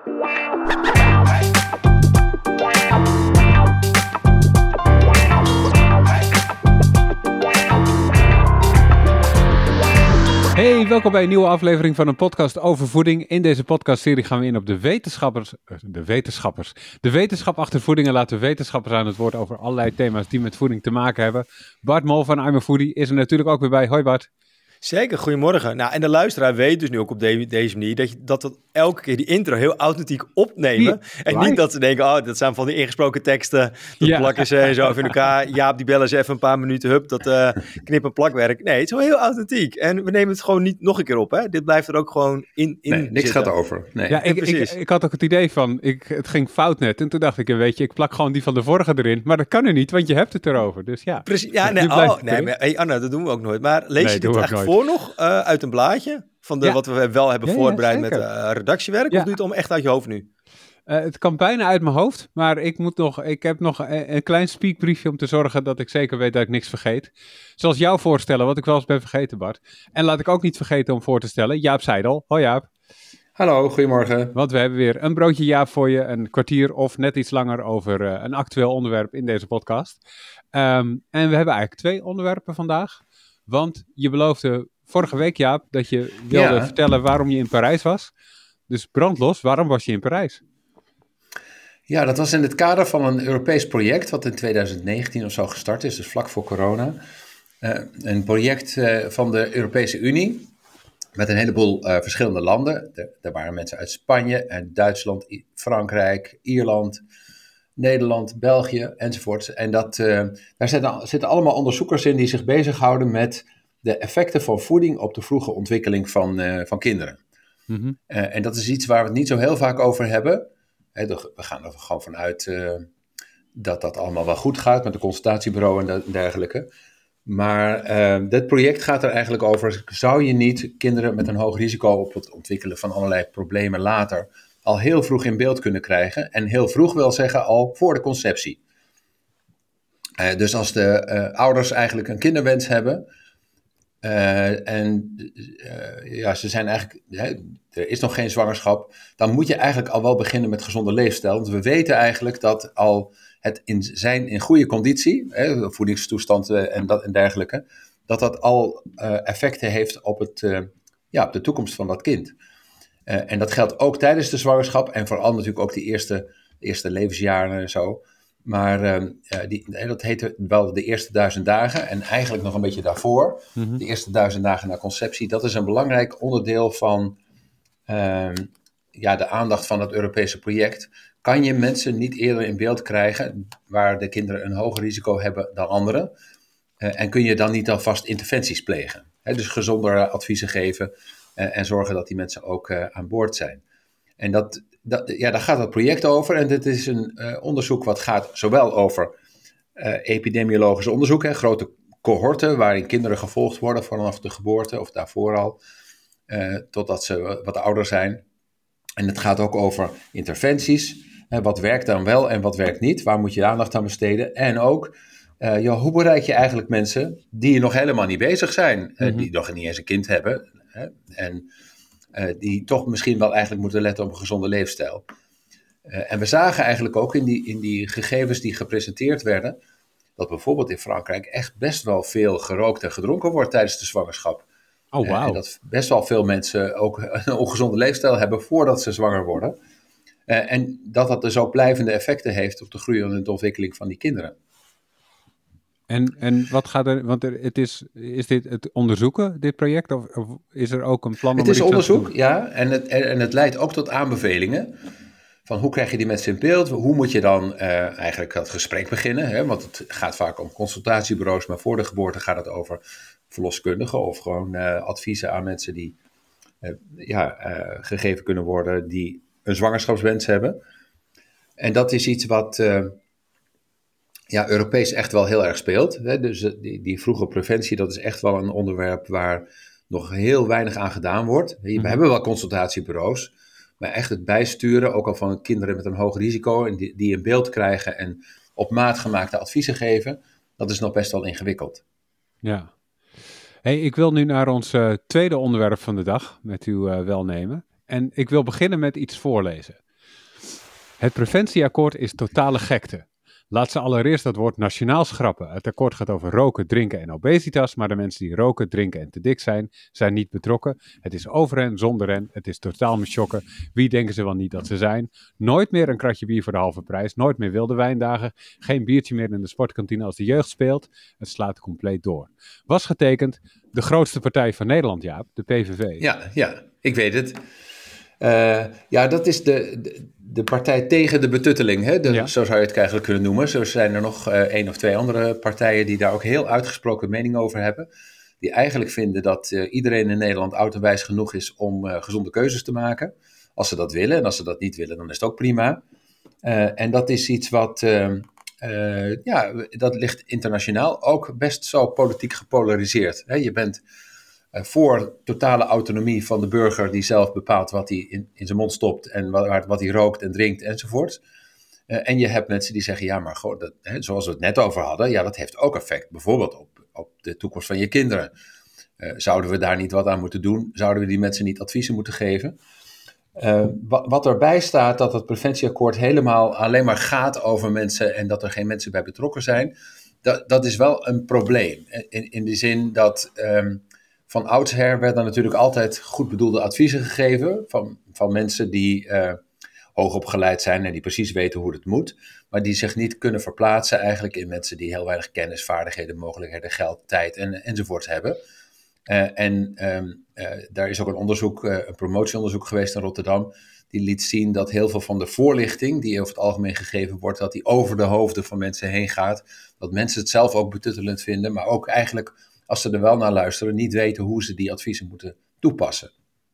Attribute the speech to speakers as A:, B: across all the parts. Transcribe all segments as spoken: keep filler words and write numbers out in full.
A: Hey, welkom bij een nieuwe aflevering van een podcast over voeding. In deze podcastserie gaan we in op de wetenschappers, de wetenschappers, de wetenschap achter voeding en laten wetenschappers aan het woord over allerlei thema's die met voeding te maken hebben. Bart Mol van I'm a Foodie is er natuurlijk ook weer bij. Hoi Bart.
B: Zeker, goedemorgen. Nou, en de luisteraar weet dus nu ook op de, deze manier dat, je, dat we elke keer die intro heel authentiek opnemen. Die, en live. Niet dat ze denken, oh, dat zijn van die ingesproken teksten. Dat ja. plakken ze zo even in elkaar. Jaap, die bellen eens even een paar minuten, hup, dat uh, knip- en plakwerk. Nee, het is wel heel authentiek. En we nemen het gewoon niet nog een keer op, hè. Dit blijft er ook gewoon in, in
C: Nee, niks
B: zitten.
C: gaat over. Nee.
A: Ja, ik, ik, ik had ook het idee van, ik, het ging fout net. En toen dacht ik, weet je, ik plak gewoon die van de vorige erin. Maar dat kan er niet, want je hebt het erover. Dus ja.
B: Precies, ja, nee, oh, nee maar, hey Anna, dat doen we ook nooit. Maar lees nee, je dit eigenlijk voor nog? Uh, uit een blaadje van de, ja. wat we wel hebben ja, voorbereid ja, met uh, redactiewerk? Ja. Of doe je het om echt uit je hoofd nu?
A: Uh, het kan bijna uit mijn hoofd, maar ik, moet nog, ik heb nog een, een klein speakbriefje om te zorgen dat ik zeker weet dat ik niks vergeet. Zoals jou voorstellen, wat ik wel eens ben vergeten, Bart. En laat ik ook niet vergeten om voor te stellen, Jaap Seidel. Hoi Jaap.
C: Hallo, goedemorgen.
A: Want we hebben weer een broodje Jaap voor je, een kwartier of net iets langer over uh, een actueel onderwerp in deze podcast. Um, en we hebben eigenlijk twee onderwerpen vandaag, want je beloofde vorige week, Jaap, dat je wilde ja. vertellen waarom je in Parijs was. Dus brandlos, waarom was je in Parijs?
C: Ja, dat was in het kader van een Europees project, wat in twintig negentien of zo gestart is, dus vlak voor corona. Uh, een project uh, van de Europese Unie, met een heleboel uh, verschillende landen. Er waren mensen uit Spanje, en Duitsland, I- Frankrijk, Ierland, Nederland, België enzovoort. En dat, uh, daar zitten, zitten allemaal onderzoekers in die zich bezighouden met de effecten van voeding op de vroege ontwikkeling van, uh, van kinderen. Mm-hmm. Uh, en dat is iets waar we het niet zo heel vaak over hebben. He, we gaan er gewoon vanuit uh, dat dat allemaal wel goed gaat met een consultatiebureau en dergelijke. Maar uh, dit project gaat er eigenlijk over, zou je niet kinderen met een hoog risico op het ontwikkelen van allerlei problemen later al heel vroeg in beeld kunnen krijgen? En heel vroeg wil zeggen al voor de conceptie. Uh, dus als de uh, ouders eigenlijk een kinderwens hebben, Uh, en uh, ja, ze zijn eigenlijk, hè, er is nog geen zwangerschap, dan moet je eigenlijk al wel beginnen met gezonde leefstijl. Want we weten eigenlijk dat al het in zijn in goede conditie, hè, voedingstoestand en, dat, en dergelijke, dat dat al uh, effecten heeft op, het, uh, ja, op de toekomst van dat kind. Uh, en dat geldt ook tijdens de zwangerschap en vooral natuurlijk ook de eerste, de eerste levensjaren en zo. Maar uh, die, dat heet wel de eerste duizend dagen en eigenlijk nog een beetje daarvoor. Mm-hmm. De eerste duizend dagen na conceptie. Dat is een belangrijk onderdeel van uh, ja, de aandacht van het Europese project. Kan je mensen niet eerder in beeld krijgen waar de kinderen een hoger risico hebben dan anderen? Uh, en kun je dan niet alvast interventies plegen? He, dus gezondere adviezen geven uh, en zorgen dat die mensen ook uh, aan boord zijn. En dat... Dat, ja, daar gaat het project over en dit is een uh, onderzoek wat gaat zowel over uh, epidemiologische onderzoeken, grote cohorten waarin kinderen gevolgd worden vanaf de geboorte of daarvoor al, uh, totdat ze wat ouder zijn. En het gaat ook over interventies, uh, wat werkt dan wel en wat werkt niet, waar moet je aandacht aan besteden. En ook, uh, joh, hoe bereik je eigenlijk mensen die nog helemaal niet bezig zijn, uh, mm-hmm. die nog niet eens een kind hebben hè, en... Uh, die toch misschien wel eigenlijk moeten letten op een gezonde leefstijl. Uh, en we zagen eigenlijk ook in die, in die gegevens die gepresenteerd werden, dat bijvoorbeeld in Frankrijk echt best wel veel gerookt en gedronken wordt tijdens de zwangerschap.
A: Oh, wow.
C: uh, en dat best wel veel mensen ook een ongezonde leefstijl hebben voordat ze zwanger worden. Uh, en dat dat dus ook blijvende effecten heeft op de groei en de ontwikkeling van die kinderen.
A: En, en wat gaat er, want er, het is, is dit het onderzoeken, dit project, of, of is er ook een plan om
C: het is
A: iets
C: onderzoek,
A: te doen?
C: Ja, en het, en het leidt ook tot aanbevelingen. Van hoe krijg je die mensen in beeld? Hoe moet je dan uh, eigenlijk dat gesprek beginnen? Hè? Want het gaat vaak om consultatiebureaus, maar voor de geboorte gaat het over verloskundigen of gewoon uh, adviezen aan mensen die uh, ja, uh, gegeven kunnen worden die een zwangerschapswens hebben. En dat is iets wat uh, ja, Europees echt wel heel erg speelt. Hè? Dus die, die vroege preventie, dat is echt wel een onderwerp waar nog heel weinig aan gedaan wordt. We mm-hmm. hebben wel consultatiebureaus, maar echt het bijsturen, ook al van kinderen met een hoog risico, en die, die in beeld krijgen en op maat gemaakte adviezen geven, dat is nog best wel ingewikkeld.
A: Ja. Hey, ik wil nu naar ons uh, tweede onderwerp van de dag, met uw uh, welnemen. En ik wil beginnen met iets voorlezen. Het preventieakkoord is totale gekte. Laat ze allereerst dat woord nationaal schrappen. Het akkoord gaat over roken, drinken en obesitas, maar de mensen die roken, drinken en te dik zijn, zijn niet betrokken. Het is over hen, zonder hen, het is totaal me chokken. Wie denken ze wel niet dat ze zijn? Nooit meer een kratje bier voor de halve prijs, nooit meer wilde wijndagen, geen biertje meer in de sportkantine als de jeugd speelt. Het slaat compleet door. Was getekend de grootste partij van Nederland, Jaap, de P V V.
C: Ja, ja, ik weet het. Uh, ja, dat is de, de, de partij tegen de betutteling, hè? De, ja. Zo zou je het eigenlijk kunnen noemen. Zo zijn er nog uh, één of twee andere partijen die daar ook heel uitgesproken mening over hebben. Die eigenlijk vinden dat uh, iedereen in Nederland oud en wijs genoeg is om uh, gezonde keuzes te maken. Als ze dat willen. En als ze dat niet willen, dan is het ook prima. Uh, en dat is iets wat, uh, uh, ja, dat ligt internationaal ook best zo politiek gepolariseerd. Hè? Je bent voor totale autonomie van de burger die zelf bepaalt wat hij in, in zijn mond stopt en wat, wat hij rookt en drinkt enzovoort. Uh, en je hebt mensen die zeggen, ja maar goh, dat, hè, zoals we het net over hadden, ja dat heeft ook effect. Bijvoorbeeld op, op de toekomst van je kinderen. Uh, zouden we daar niet wat aan moeten doen? Zouden we die mensen niet adviezen moeten geven? Uh, wat, wat erbij staat, dat het preventieakkoord helemaal alleen maar gaat over mensen en dat er geen mensen bij betrokken zijn, dat, dat is wel een probleem. In, in de zin dat Um, Van oudsher werden natuurlijk altijd goed bedoelde adviezen gegeven van, van mensen die uh, hoogopgeleid zijn en die precies weten hoe het moet, maar die zich niet kunnen verplaatsen eigenlijk in mensen die heel weinig kennis, vaardigheden, mogelijkheden, geld, tijd en, enzovoorts hebben. Uh, en um, uh, daar is ook een onderzoek, uh, een promotieonderzoek geweest in Rotterdam, die liet zien dat heel veel van de voorlichting die over het algemeen gegeven wordt, dat die over de hoofden van mensen heen gaat, dat mensen het zelf ook betuttelend vinden, maar ook eigenlijk, als ze er wel naar luisteren, niet weten hoe ze die adviezen moeten toepassen.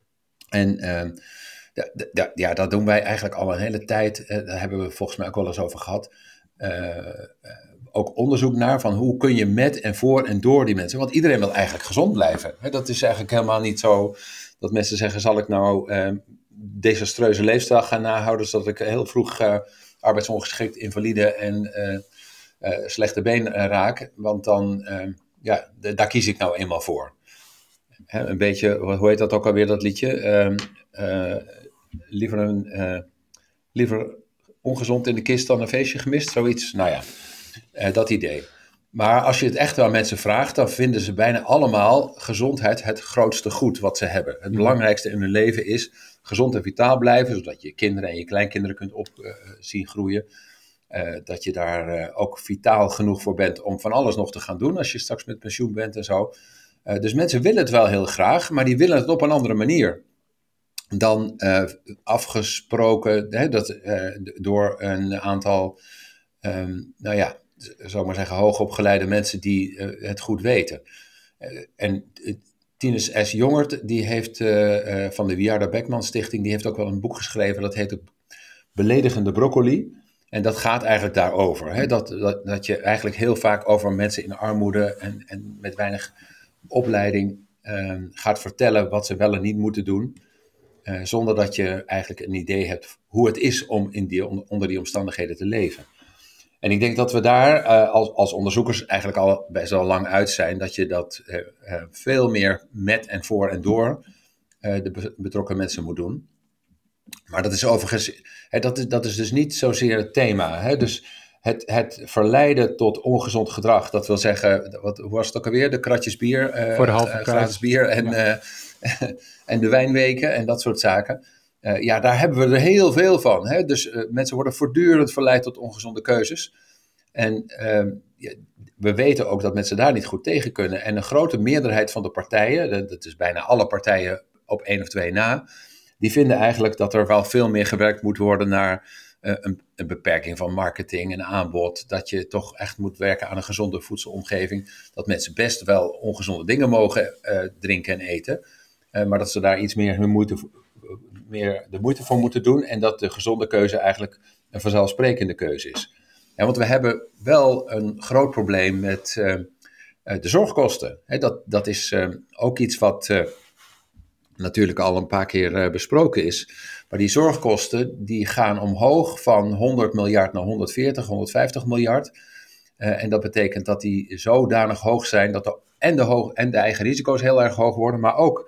C: En uh, d- d- ja, dat doen wij eigenlijk al een hele tijd. Uh, daar hebben we volgens mij ook wel eens over gehad. Uh, uh, ook onderzoek naar van hoe kun je met en voor en door die mensen. Want iedereen wil eigenlijk gezond blijven. Hè, dat is eigenlijk helemaal niet zo dat mensen zeggen, zal ik nou uh, desastreuze leefstijl gaan nahouden, zodat ik heel vroeg uh, arbeidsongeschikt, invalide en uh, uh, slechte been uh, raak. Want dan Uh, Ja, de, daar kies ik nou eenmaal voor. He, een beetje, hoe heet dat ook alweer, dat liedje? Uh, uh, liever, een, uh, liever ongezond in de kist dan een feestje gemist, zoiets. Nou ja, uh, dat idee. Maar als je het echt aan mensen vraagt, dan vinden ze bijna allemaal gezondheid het grootste goed wat ze hebben. Het belangrijkste in hun leven is gezond en vitaal blijven, zodat je kinderen en je kleinkinderen kunt op uh, zien groeien. Uh, dat je daar uh, ook vitaal genoeg voor bent om van alles nog te gaan doen als je straks met pensioen bent en zo. Uh, dus mensen willen het wel heel graag, maar die willen het op een andere manier dan uh, afgesproken hè, dat, uh, door een aantal, um, nou ja, zou ik maar zeggen, hoogopgeleide mensen die uh, het goed weten. Uh, en uh, Tinus S. Jongert, die heeft uh, uh, van de Wiarda Beckman Stichting, die heeft ook wel een boek geschreven, dat heet Beledigende Broccoli. En dat gaat eigenlijk daarover. Hè? Dat, dat, dat je eigenlijk heel vaak over mensen in armoede en, en met weinig opleiding uh, gaat vertellen wat ze wel en niet moeten doen. Uh, zonder dat je eigenlijk een idee hebt hoe het is om in die, onder die omstandigheden te leven. En ik denk dat we daar uh, als, als onderzoekers eigenlijk al best wel lang uit zijn. Dat je dat uh, uh, veel meer met en voor en door uh, de betrokken mensen moet doen. Maar dat is overigens, hè, dat, is, dat is dus niet zozeer het thema. Hè? Dus het, het verleiden tot ongezond gedrag, dat wil zeggen, wat, hoe was het ook alweer? De kratjes bier, uh,
A: voor de halve
C: uh, gratis bier en, ja. uh, en de wijnweken en dat soort zaken. Uh, ja, daar hebben we er heel veel van. Hè? Dus uh, mensen worden voortdurend verleid tot ongezonde keuzes. En uh, ja, we weten ook dat mensen daar niet goed tegen kunnen. En een grote meerderheid van de partijen, dat is bijna alle partijen op één of twee na, die vinden eigenlijk dat er wel veel meer gewerkt moet worden naar uh, een, een beperking van marketing en aanbod. Dat je toch echt moet werken aan een gezonde voedselomgeving. Dat mensen best wel ongezonde dingen mogen uh, drinken en eten. Uh, maar dat ze daar iets meer, hun moeite, meer de moeite voor moeten doen. En dat de gezonde keuze eigenlijk een vanzelfsprekende keuze is. Ja, want we hebben wel een groot probleem met uh, de zorgkosten. He, dat, dat is uh, ook iets wat Uh, natuurlijk al een paar keer uh, besproken is. Maar die zorgkosten die gaan omhoog van honderd miljard naar honderdveertig, honderdvijftig miljard. Uh, en dat betekent dat die zodanig hoog zijn dat de, en, de hoog, en de eigen risico's heel erg hoog worden. Maar ook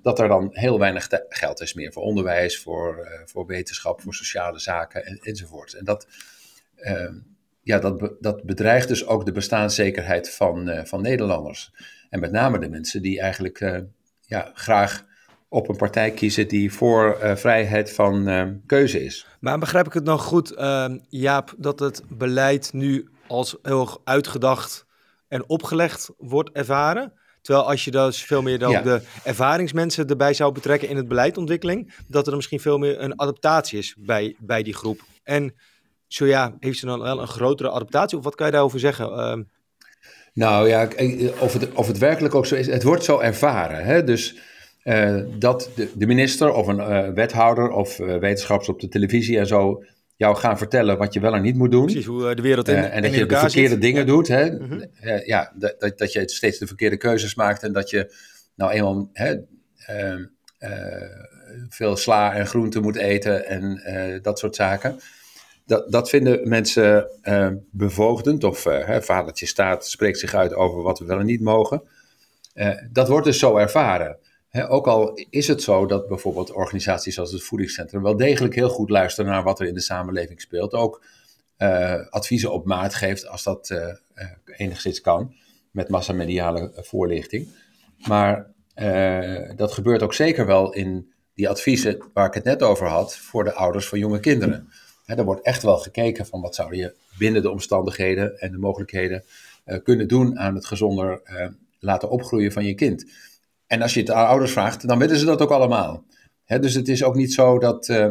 C: dat er dan heel weinig te- geld is meer voor onderwijs, voor, uh, voor wetenschap, voor sociale zaken en, enzovoort. En dat, uh, ja, dat, be- dat bedreigt dus ook de bestaanszekerheid van, uh, van Nederlanders. En met name de mensen die eigenlijk uh, ja, graag op een partij kiezen die voor uh, vrijheid van uh, keuze is.
B: Maar begrijp ik het nog goed, uh, Jaap, dat het beleid nu als heel erg uitgedacht en opgelegd wordt ervaren? Terwijl als je dus veel meer ook ja. de ervaringsmensen erbij zou betrekken in het beleidontwikkeling, dat er misschien veel meer een adaptatie is bij, bij die groep. En zo ja, heeft ze dan wel een grotere adaptatie? Of wat kan je daarover zeggen? Uh,
C: nou ja, of het, of het werkelijk ook zo is, het wordt zo ervaren. Hè? Dus uh, dat de, de minister of een uh, wethouder of uh, wetenschappers op de televisie en zo jou gaan vertellen wat je wel en niet moet doen.
B: Precies, hoe de wereld in, uh,
C: en dat je de verkeerde
B: zit.
C: dingen
B: ja.
C: doet. Hè?
B: Mm-hmm.
C: Uh, ja, dat, dat je steeds de verkeerde keuzes maakt en dat je nou eenmaal hè, uh, uh, veel sla en groenten moet eten en uh, dat soort zaken. Dat, dat vinden mensen uh, bevoogdend of uh, hè, vadertje staat spreekt zich uit over wat we wel en niet mogen. Uh, dat wordt dus zo ervaren. He, ook al is het zo dat bijvoorbeeld organisaties als het Voedingscentrum wel degelijk heel goed luisteren naar wat er in de samenleving speelt. Ook uh, adviezen op maat geeft als dat uh, uh, enigszins kan, met massamediale voorlichting. Maar uh, dat gebeurt ook zeker wel in die adviezen waar ik het net over had voor de ouders van jonge kinderen. He, er wordt echt wel gekeken van wat zou je binnen de omstandigheden en de mogelijkheden uh, kunnen doen aan het gezonder uh, laten opgroeien van je kind. En als je het aan ouders vraagt, dan willen ze dat ook allemaal. He, dus het is ook niet zo dat uh,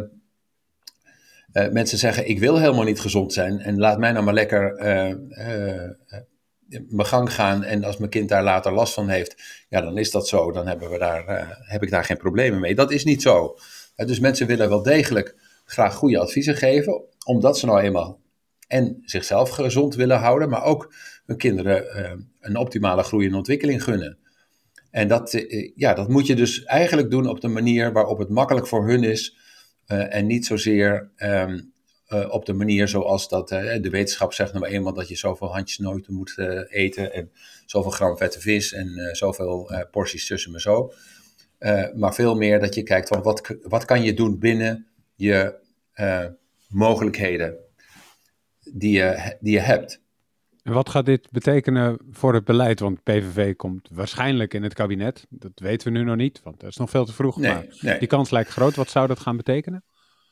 C: uh, mensen zeggen, ik wil helemaal niet gezond zijn en laat mij nou maar lekker uh, uh, uh, mijn gang gaan en als mijn kind daar later last van heeft, ja dan is dat zo, dan hebben we daar, uh, heb ik daar geen problemen mee. Dat is niet zo. Uh, dus mensen willen wel degelijk graag goede adviezen geven, omdat ze nou eenmaal en zichzelf gezond willen houden, maar ook hun kinderen uh, een optimale groei en ontwikkeling gunnen. En dat, uh, ja, dat moet je dus eigenlijk doen op de manier waarop het makkelijk voor hun is uh, en niet zozeer um, uh, op de manier zoals dat uh, de wetenschap zegt nou eenmaal dat je zoveel handjes noten moet uh, eten en zoveel gram vette vis en uh, zoveel uh, porties tussen me zo. Uh, maar veel meer dat je kijkt van wat, wat kan je doen binnen je uh, mogelijkheden die je, die je hebt.
A: En wat gaat dit betekenen voor het beleid? Want P V V komt waarschijnlijk in het kabinet. Dat weten we nu nog niet, want dat is nog veel te vroeg.
C: Nee,
A: maar
C: nee.
A: Die kans lijkt groot. Wat zou dat gaan betekenen?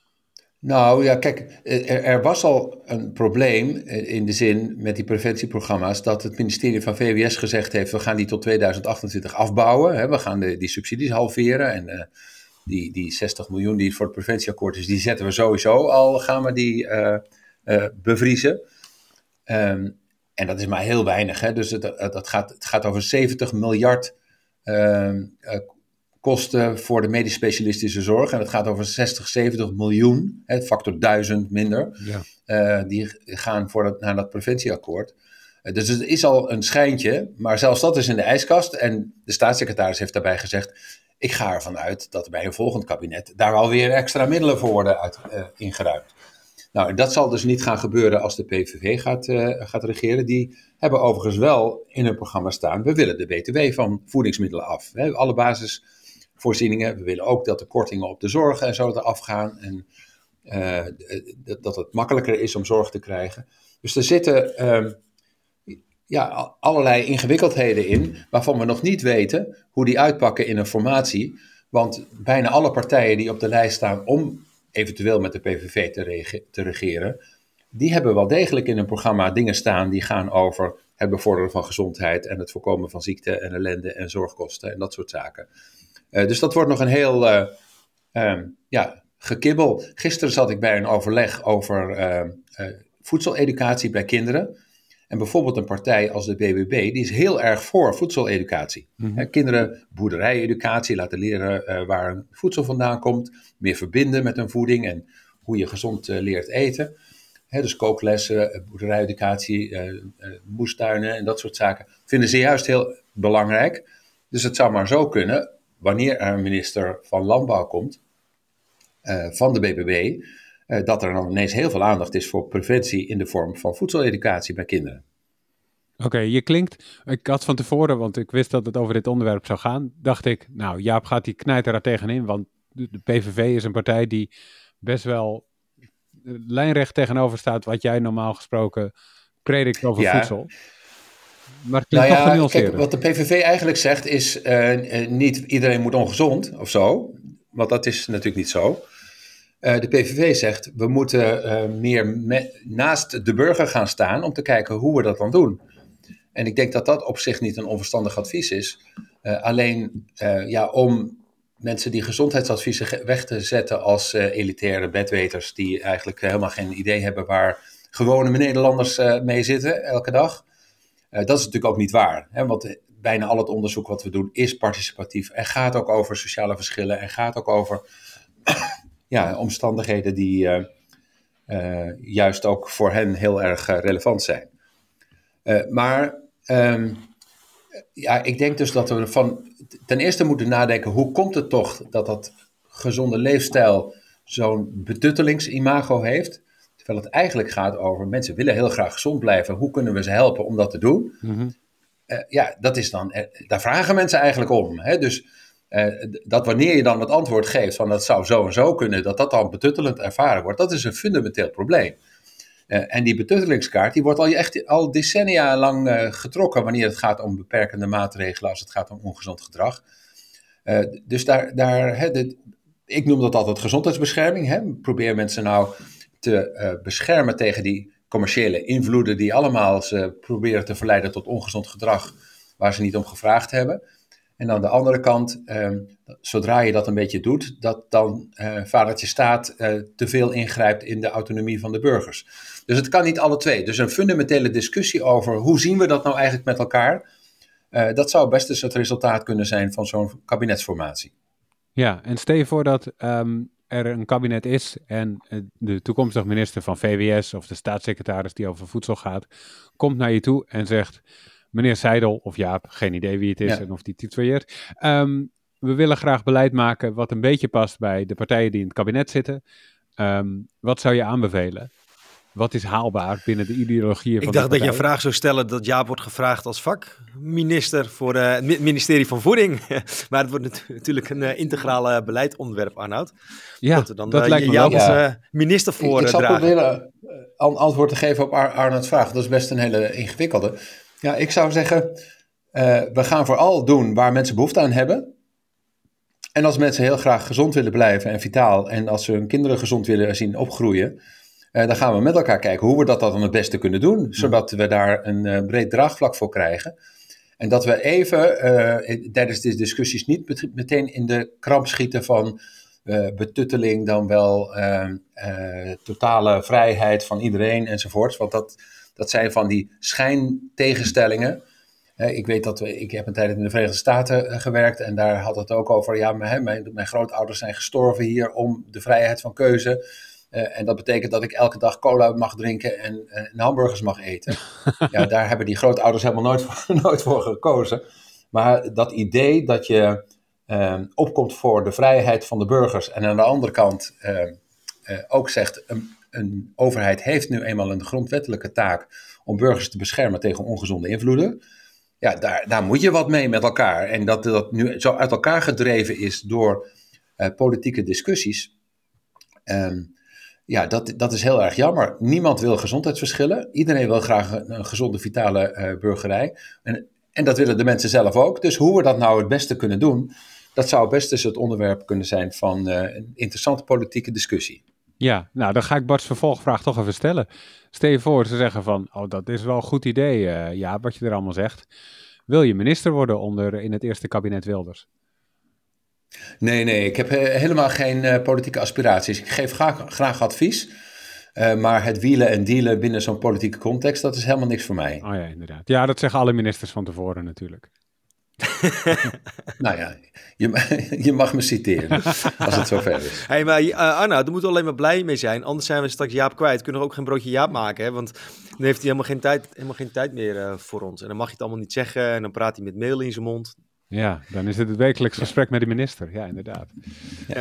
C: Nou ja, kijk, er, er was al een probleem in de zin met die preventieprogramma's dat het ministerie van V W S gezegd heeft, we gaan die tot tweeduizend achtentwintig afbouwen. Hè, we gaan de, die subsidies halveren en uh, die, die zestig miljoen die voor het preventieakkoord is, die zetten we sowieso al, gaan we die uh, uh, bevriezen. Um, en dat is maar heel weinig, hè? Dus het, het, gaat, het gaat over zeventig miljard uh, uh, kosten voor de medisch specialistische zorg. En het gaat over zestig, zeventig miljoen, hè, factor duizend minder, ja. uh, die gaan voor dat, naar dat preventieakkoord. Uh, dus het is al een schijntje, maar zelfs dat is in de ijskast. En de staatssecretaris heeft daarbij gezegd, ik ga ervan uit dat er bij een volgend kabinet daar alweer extra middelen voor worden uit, uh, ingeruimd. Nou, dat zal dus niet gaan gebeuren als de P V V gaat, uh, gaat regeren. Die hebben overigens wel in hun programma staan, we willen de B T W van voedingsmiddelen af. Hè, alle basisvoorzieningen. We willen ook dat de kortingen op de zorg en zo eraf gaan. En uh, dat het makkelijker is om zorg te krijgen. Dus er zitten uh, ja, allerlei ingewikkeldheden in, waarvan we nog niet weten hoe die uitpakken in een formatie. Want bijna alle partijen die op de lijst staan om eventueel met de P V V te, rege- te regeren, die hebben wel degelijk in een programma dingen staan die gaan over het bevorderen van gezondheid en het voorkomen van ziekte en ellende en zorgkosten en dat soort zaken. Uh, dus dat wordt nog een heel uh, um, ja, gekibbel. Gisteren zat ik bij een overleg over uh, uh, voedseleducatie bij kinderen. En bijvoorbeeld een partij als de B B B, die is heel erg voor voedseleducatie. Mm-hmm. He, kinderen boerderijeducatie, laten leren uh, waar hun voedsel vandaan komt, meer verbinden met hun voeding en hoe je gezond uh, leert eten. He, dus kooklessen, boerderijeducatie, uh, uh, moestuinen en dat soort zaken vinden ze juist heel belangrijk. Dus het zou maar zo kunnen, wanneer er een minister van Landbouw komt, uh, van de B B B, Uh, dat er dan ineens heel veel aandacht is voor preventie in de vorm van voedseleducatie bij kinderen.
A: Oké, okay, je klinkt... Ik had van tevoren, want ik wist dat het over dit onderwerp zou gaan, dacht ik, nou, Jaap gaat die knijter er tegenin, want de P V V is een partij die best wel lijnrecht tegenover staat wat jij normaal gesproken predikt over ja. voedsel. Maar het klinkt nou ja, toch
C: kijk, wat de P V V eigenlijk zegt is uh, uh, niet iedereen moet ongezond of zo, want dat is natuurlijk niet zo. Uh, de P V V zegt we moeten uh, meer me- naast de burger gaan staan om te kijken hoe we dat dan doen. En ik denk dat dat op zich niet een onverstandig advies is. Uh, alleen uh, ja, om mensen die gezondheidsadviezen weg te zetten als uh, elitaire bedweters die eigenlijk helemaal geen idee hebben waar gewone Nederlanders uh, mee zitten elke dag. Uh, dat is natuurlijk ook niet waar. Hè? Want bijna al het onderzoek wat we doen is participatief en gaat ook over sociale verschillen en gaat ook over ja, omstandigheden die uh, uh, juist ook voor hen heel erg uh, relevant zijn. Uh, maar um, ja, ik denk dus dat we van ten eerste moeten nadenken, hoe komt het toch dat dat gezonde leefstijl zo'n betuttelingsimago heeft, terwijl het eigenlijk gaat over mensen willen heel graag gezond blijven, hoe kunnen we ze helpen om dat te doen? Mm-hmm. Uh, ja, dat is dan, uh, daar vragen mensen eigenlijk om. Hè? Dus uh, dat wanneer je dan het antwoord geeft van dat zou zo en zo kunnen, dat dat dan betuttelend ervaren wordt, dat is een fundamenteel probleem. Uh, en die betuttelingskaart die wordt al, echt, al decennia lang uh, getrokken wanneer het gaat om beperkende maatregelen, als het gaat om ongezond gedrag. Uh, dus daar, daar hè, dit, ik noem dat altijd gezondheidsbescherming. Hè? Probeer mensen nou te uh, beschermen tegen die commerciële invloeden die allemaal ze proberen te verleiden tot ongezond gedrag waar ze niet om gevraagd hebben. En aan de andere kant, uh, zodra je dat een beetje doet, dat dan uh, vadertje staat uh, te veel ingrijpt in de autonomie van de burgers. Dus het kan niet alle twee. Dus een fundamentele discussie over hoe zien we dat nou eigenlijk met elkaar, uh, dat zou best eens het resultaat kunnen zijn van zo'n kabinetsformatie.
A: Ja, en stel je voor dat um, er een kabinet is en uh, de toekomstige minister van V W S of de staatssecretaris die over voedsel gaat, komt naar je toe en zegt, meneer Seidel of Jaap, geen idee wie het is ja. en of die titulareert, um, we willen graag beleid maken wat een beetje past bij de partijen die in het kabinet zitten. Um, wat zou je aanbevelen? Wat is haalbaar binnen de ideologieën van
B: Ik
A: de
B: dacht dat je een vraag zou stellen dat Jaap wordt gevraagd als vakminister voor uh, het ministerie van Voeding. Maar het wordt nat- natuurlijk een uh, integrale beleidsonderwerp, Arnoud.
A: Ja,
B: dat we dan
A: dat
B: uh,
A: lijkt me
B: Jaap
A: wel.
B: als uh, minister voor
C: ik, ik zal
B: dragen.
C: proberen uh, antwoord te geven op Ar- Arnoud's vraag. Dat is best een hele ingewikkelde. Ja, ik zou zeggen, uh, we gaan vooral doen waar mensen behoefte aan hebben. En als mensen heel graag gezond willen blijven en vitaal, en als ze hun kinderen gezond willen zien opgroeien, Uh, dan gaan we met elkaar kijken hoe we dat dan het beste kunnen doen, zodat we daar een uh, breed draagvlak voor krijgen. En dat we even uh, tijdens deze discussies niet bet- meteen in de kramp schieten van uh, betutteling, dan wel uh, uh, totale vrijheid van iedereen enzovoorts. Want dat, dat zijn van die schijntegenstellingen. Uh, ik weet dat we, ik heb een tijd in de Verenigde Staten uh, gewerkt en daar had het ook over, ja, mijn, mijn, mijn grootouders zijn gestorven hier om de vrijheid van keuze. Uh, en dat betekent dat ik elke dag cola mag drinken en, uh, en hamburgers mag eten. Ja, daar hebben die grootouders helemaal nooit voor, nooit voor gekozen. Maar dat idee dat je uh, opkomt voor de vrijheid van de burgers en aan de andere kant uh, uh, ook zegt, een, een overheid heeft nu eenmaal een grondwettelijke taak om burgers te beschermen tegen ongezonde invloeden. Ja, daar, daar moet je wat mee met elkaar. En dat dat nu zo uit elkaar gedreven is door uh, politieke discussies. Um, Ja, dat, dat is heel erg jammer. Niemand wil gezondheidsverschillen. Iedereen wil graag een, een gezonde, vitale uh, burgerij. En, en dat willen de mensen zelf ook. Dus hoe we dat nou het beste kunnen doen, dat zou best eens het onderwerp kunnen zijn van uh, een interessante politieke discussie.
A: Ja, nou dan ga ik Bart's vervolgvraag toch even stellen. Stel je voor, ze zeggen van, oh dat is wel een goed idee, uh, ja, wat je er allemaal zegt. Wil je minister worden onder in het eerste kabinet Wilders?
C: Nee, nee, ik heb he- helemaal geen uh, politieke aspiraties. Ik geef graag, graag advies, uh, maar het wielen en dealen binnen zo'n politieke context, dat is helemaal niks voor mij.
A: Oh ja, inderdaad. Ja, dat zeggen alle ministers van tevoren natuurlijk.
C: Nou ja, je, je mag me citeren, als het zover is.
B: Hey, maar uh, Arnoud, daar moeten we alleen maar blij mee zijn. Anders zijn we straks Jaap kwijt. Kunnen we ook geen broodje Jaap maken, hè? Want dan heeft hij helemaal geen tijd, helemaal geen tijd meer uh, voor ons. En dan mag je het allemaal niet zeggen en dan praat hij met mail in zijn mond.
A: Ja, dan is het het wekelijks gesprek met de minister. Ja, inderdaad.
B: Ja.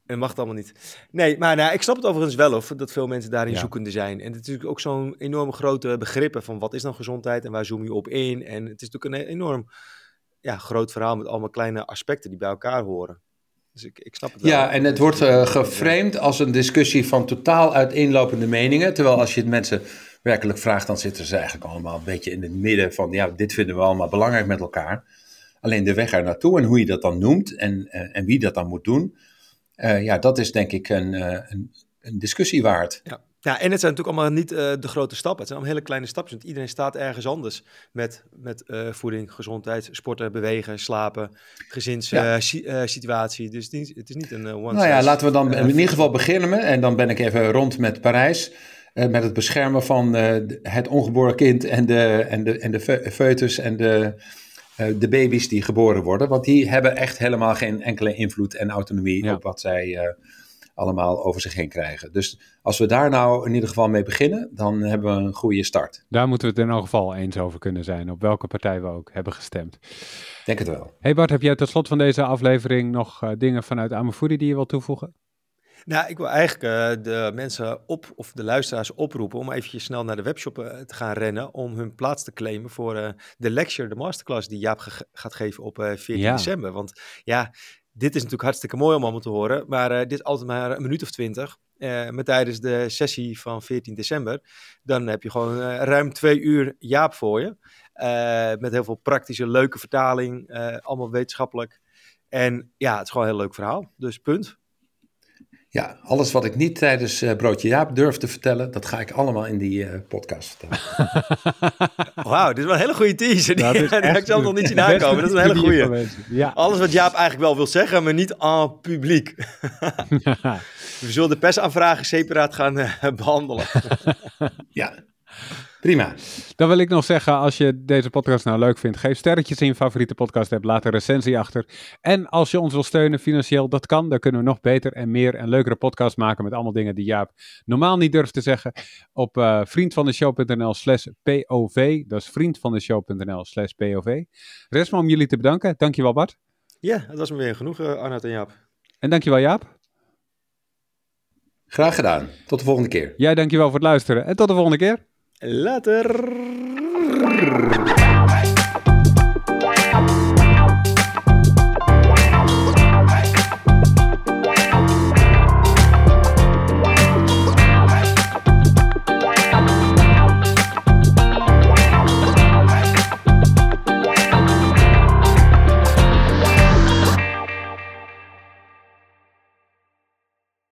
B: En dat mag het allemaal niet. Nee, maar nou, ik snap het overigens wel, of dat veel mensen daarin
A: Ja.
B: zoekende zijn. En het is natuurlijk ook zo'n enorme grote begrippen van wat is dan gezondheid en waar zoom je op in. En het is natuurlijk een enorm ja, groot verhaal met allemaal kleine aspecten die bij elkaar horen. Dus ik, ik snap het wel.
C: Ja, en het wordt uh, geframed als een discussie van totaal uiteenlopende meningen. Terwijl als je het mensen werkelijk vraagt, dan zitten ze eigenlijk allemaal een beetje in het midden van, ja, dit vinden we allemaal belangrijk met elkaar. Alleen de weg er naartoe en hoe je dat dan noemt en, uh, en wie dat dan moet doen, uh, ja, dat is denk ik een, uh, een, een discussie waard.
B: Ja. Ja, en het zijn natuurlijk allemaal niet uh, de grote stappen. Het zijn allemaal hele kleine stapjes. Want iedereen staat ergens anders met, met uh, voeding, gezondheid, sporten, bewegen, slapen, gezinssituatie. Ja. Uh, uh, dus het is, het is niet een uh, one
C: Nou ja,
B: size,
C: laten we dan
B: uh,
C: in ieder geval beginnen. En dan ben ik even rond met Parijs. Uh, met het beschermen van uh, het ongeboren kind en de, en de, en de foetus en de, uh, de baby's die geboren worden. Want die hebben echt helemaal geen enkele invloed en autonomie ja. op wat zij uh, allemaal over zich heen krijgen. Dus als we daar nou in ieder geval mee beginnen, dan hebben we een goede start.
A: Daar moeten we het in elk geval eens over kunnen zijn, op welke partij we ook hebben gestemd.
C: Denk het wel.
A: Hey Bart, heb jij tot slot van deze aflevering nog uh, dingen vanuit Amufoodie die je wilt toevoegen?
B: Nou, ik wil eigenlijk uh, de mensen op, of de luisteraars oproepen om eventjes snel naar de webshop uh, te gaan rennen om hun plaats te claimen voor uh, de lecture, de masterclass die Jaap ge- gaat geven op uh, veertien ja. december. Want ja, dit is natuurlijk hartstikke mooi om allemaal te horen, maar uh, dit is altijd maar een minuut of twintig. Uh, maar tijdens de sessie van veertien december, dan heb je gewoon uh, ruim twee uur Jaap voor je. Uh, met heel veel praktische, leuke vertaling, uh, allemaal wetenschappelijk. En ja, het is gewoon een heel leuk verhaal, dus punt.
C: Ja, alles wat ik niet tijdens uh, Broodje Jaap durf te vertellen, dat ga ik allemaal in die uh, podcast vertellen.
B: Wauw, dit is wel een hele goede teaser. Die, die ga ik zelf nog niet zien aankomen. Dat is een hele goede. Ja. Alles wat Jaap eigenlijk wel wil zeggen, maar niet aan publiek. We zullen de persaanvragen separaat gaan uh, behandelen.
C: Ja, prima.
A: Dan wil ik nog zeggen, als je deze podcast nou leuk vindt, geef sterretjes in je favoriete podcast app, laat een recensie achter. En als je ons wil steunen financieel, dat kan. Dan kunnen we nog beter en meer en leukere podcasts maken met allemaal dingen die Jaap normaal niet durft te zeggen. Op uh, vriendvandeshow.nl slash POV. Dat is vriendvandeshow.nl slash POV. Rest me om jullie te bedanken. Dankjewel Bart.
B: Ja, dat was me weer genoeg, uh, Arnoud en Jaap.
A: En dankjewel Jaap.
C: Graag gedaan. Tot de volgende keer.
A: Jij dankjewel voor het luisteren en tot de volgende keer.
B: Later.